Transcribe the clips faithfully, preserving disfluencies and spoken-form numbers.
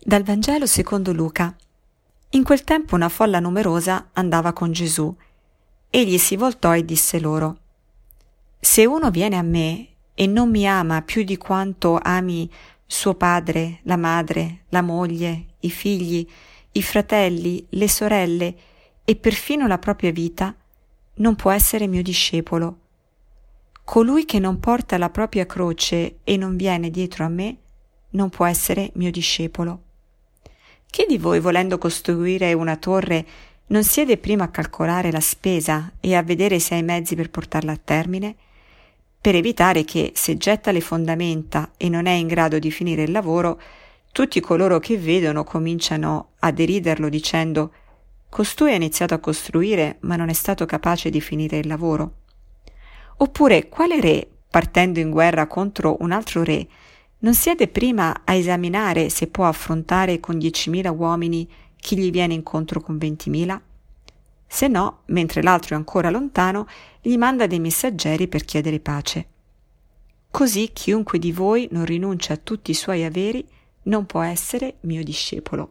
Dal Vangelo secondo Luca. In quel tempo una folla numerosa andava con Gesù. Egli si voltò e disse loro: Se uno viene a me e non mi ama più di quanto ami suo padre, la madre, la moglie, i figli, i fratelli, le sorelle e perfino la propria vita, non può essere mio discepolo. Colui che non porta la propria croce e non viene dietro a me, non può essere mio discepolo. Chi di voi, volendo costruire una torre, non siede prima a calcolare la spesa e a vedere se ha i mezzi per portarla a termine, per evitare che, se getta le fondamenta e non è in grado di finire il lavoro, tutti coloro che vedono cominciano a deriderlo dicendo: costui ha iniziato a costruire ma non è stato capace di finire il lavoro. Oppure, quale re, partendo in guerra contro un altro re, non siede prima a esaminare se può affrontare con diecimila uomini chi gli viene incontro con ventimila? Se no, mentre l'altro è ancora lontano, gli manda dei messaggeri per chiedere pace. Così chiunque di voi non rinuncia a tutti i suoi averi non può essere mio discepolo.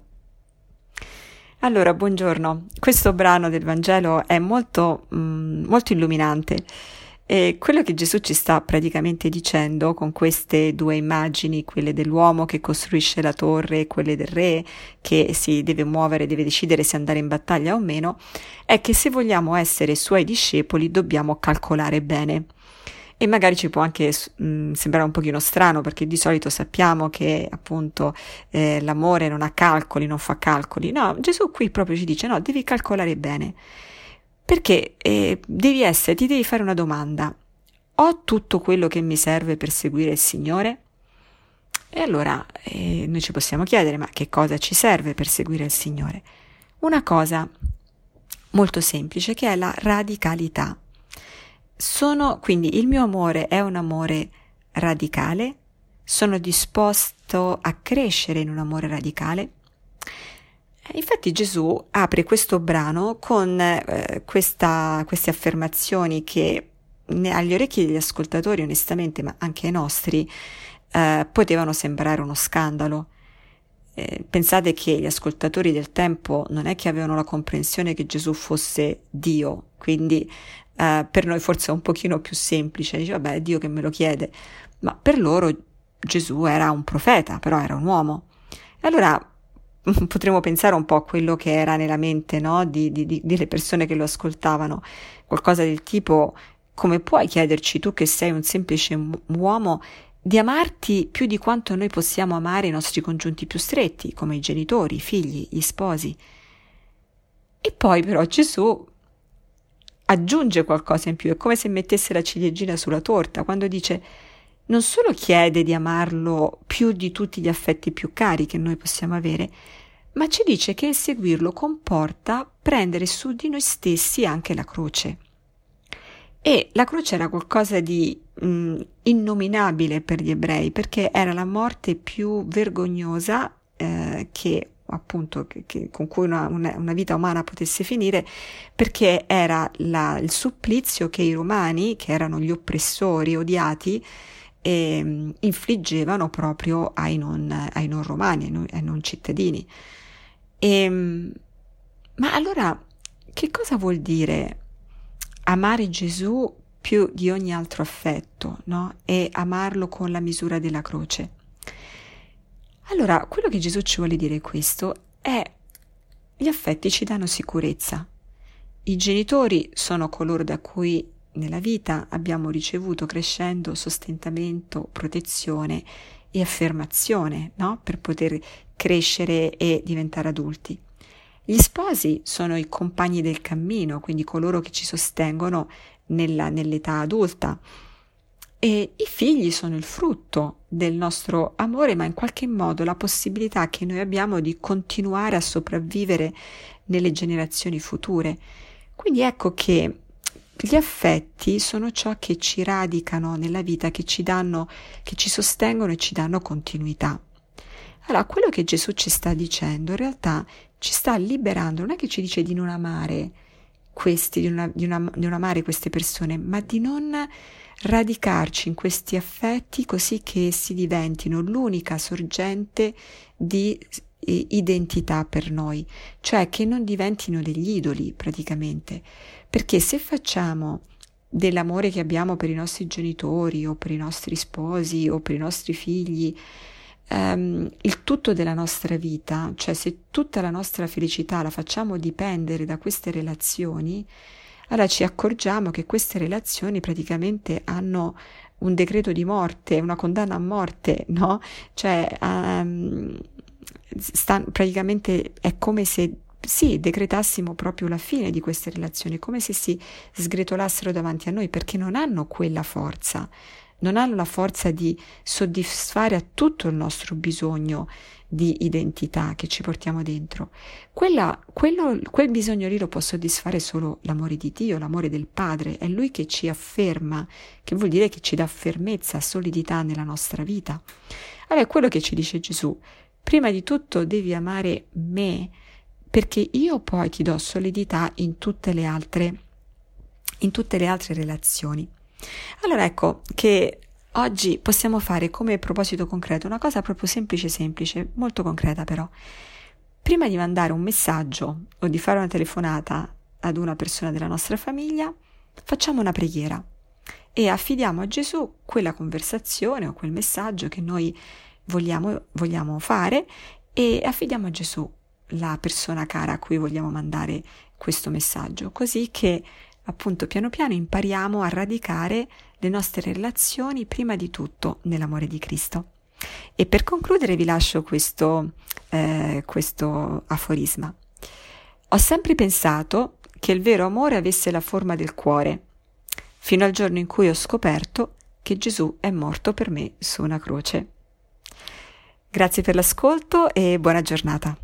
Allora, buongiorno. Questo brano del Vangelo è molto, mm, molto illuminante. E quello che Gesù ci sta praticamente dicendo con queste due immagini, quelle dell'uomo che costruisce la torre e quelle del re che si deve muovere, deve decidere se andare in battaglia o meno, è che se vogliamo essere suoi discepoli dobbiamo calcolare bene. E magari ci può anche mh, sembrare un pochino strano, perché di solito sappiamo che appunto eh, l'amore non ha calcoli, non fa calcoli. No, Gesù qui proprio ci dice: no, devi calcolare bene. Perché eh, devi essere, ti devi fare una domanda: ho tutto quello che mi serve per seguire il Signore? E allora eh, noi ci possiamo chiedere: ma che cosa ci serve per seguire il Signore? Una cosa molto semplice, che è la radicalità. Sono, quindi il mio amore è un amore radicale? Sono disposto a crescere in un amore radicale? Infatti Gesù apre questo brano con eh, questa, queste affermazioni che agli orecchi degli ascoltatori, onestamente, ma anche ai nostri, eh, potevano sembrare uno scandalo. Eh, pensate che gli ascoltatori del tempo non è che avevano la comprensione che Gesù fosse Dio, quindi eh, per noi forse è un pochino più semplice, dice vabbè, è Dio che me lo chiede, ma per loro Gesù era un profeta, però era un uomo. E allora potremmo pensare un po' a quello che era nella mente, no? di, di, di, delle persone che lo ascoltavano, qualcosa del tipo: come puoi chiederci, tu che sei un semplice uomo, di amarti più di quanto noi possiamo amare i nostri congiunti più stretti, come i genitori, i figli, gli sposi? E poi però Gesù aggiunge qualcosa in più, è come se mettesse la ciliegina sulla torta, quando dice: non solo chiede di amarlo più di tutti gli affetti più cari che noi possiamo avere, ma ci dice che il seguirlo comporta prendere su di noi stessi anche la croce. E la croce era qualcosa di mh, innominabile per gli ebrei, perché era la morte più vergognosa eh, che appunto che, che, con cui una, una, una vita umana potesse finire, perché era la, il supplizio che i romani, che erano gli oppressori odiati, e infliggevano proprio ai non, ai non romani, ai non, ai non cittadini. E, ma allora che cosa vuol dire amare Gesù più di ogni altro affetto, no? E amarlo con la misura della croce? Allora, quello che Gesù ci vuole dire è questo: è gli affetti ci danno sicurezza. I genitori sono coloro da cui nella vita abbiamo ricevuto, crescendo, sostentamento, protezione e affermazione, no? Per poter crescere e diventare adulti. Gli sposi sono i compagni del cammino, quindi coloro che ci sostengono nella, nell'età adulta. E i figli sono il frutto del nostro amore, ma in qualche modo la possibilità che noi abbiamo di continuare a sopravvivere nelle generazioni future. Quindi ecco che gli affetti sono ciò che ci radicano nella vita, che ci danno, che ci sostengono e ci danno continuità. Allora, quello che Gesù ci sta dicendo, in realtà ci sta liberando, non è che ci dice di non amare questi, di, una, di, una, di non amare queste persone, ma di non radicarci in questi affetti così che essi diventino l'unica sorgente di identità per noi, cioè che non diventino degli idoli praticamente, perché se facciamo dell'amore che abbiamo per i nostri genitori o per i nostri sposi o per i nostri figli um, il tutto della nostra vita, cioè se tutta la nostra felicità la facciamo dipendere da queste relazioni, allora ci accorgiamo che queste relazioni praticamente hanno un decreto di morte, una condanna a morte, no? Cioè um, sta, praticamente è come se sì, decretassimo proprio la fine di queste relazioni, come se si sgretolassero davanti a noi, perché non hanno quella forza, non hanno la forza di soddisfare a tutto il nostro bisogno di identità che ci portiamo dentro. Quella, quello, quel bisogno lì lo può soddisfare solo l'amore di Dio, l'amore del Padre, è Lui che ci afferma, che vuol dire che ci dà fermezza, solidità nella nostra vita. Allora è quello che ci dice Gesù: prima di tutto devi amare me, perché io poi ti do solidità in tutte le altre, in tutte le altre relazioni. Allora ecco che oggi possiamo fare come proposito concreto una cosa proprio semplice semplice, molto concreta però. Prima di mandare un messaggio o di fare una telefonata ad una persona della nostra famiglia, facciamo una preghiera e affidiamo a Gesù quella conversazione o quel messaggio che noi vogliamo, vogliamo fare, e affidiamo a Gesù la persona cara a cui vogliamo mandare questo messaggio, così che appunto piano piano impariamo a radicare le nostre relazioni prima di tutto nell'amore di Cristo. E per concludere vi lascio questo, eh, questo aforisma. Ho sempre pensato che il vero amore avesse la forma del cuore, fino al giorno in cui ho scoperto che Gesù è morto per me su una croce. Grazie per l'ascolto e buona giornata.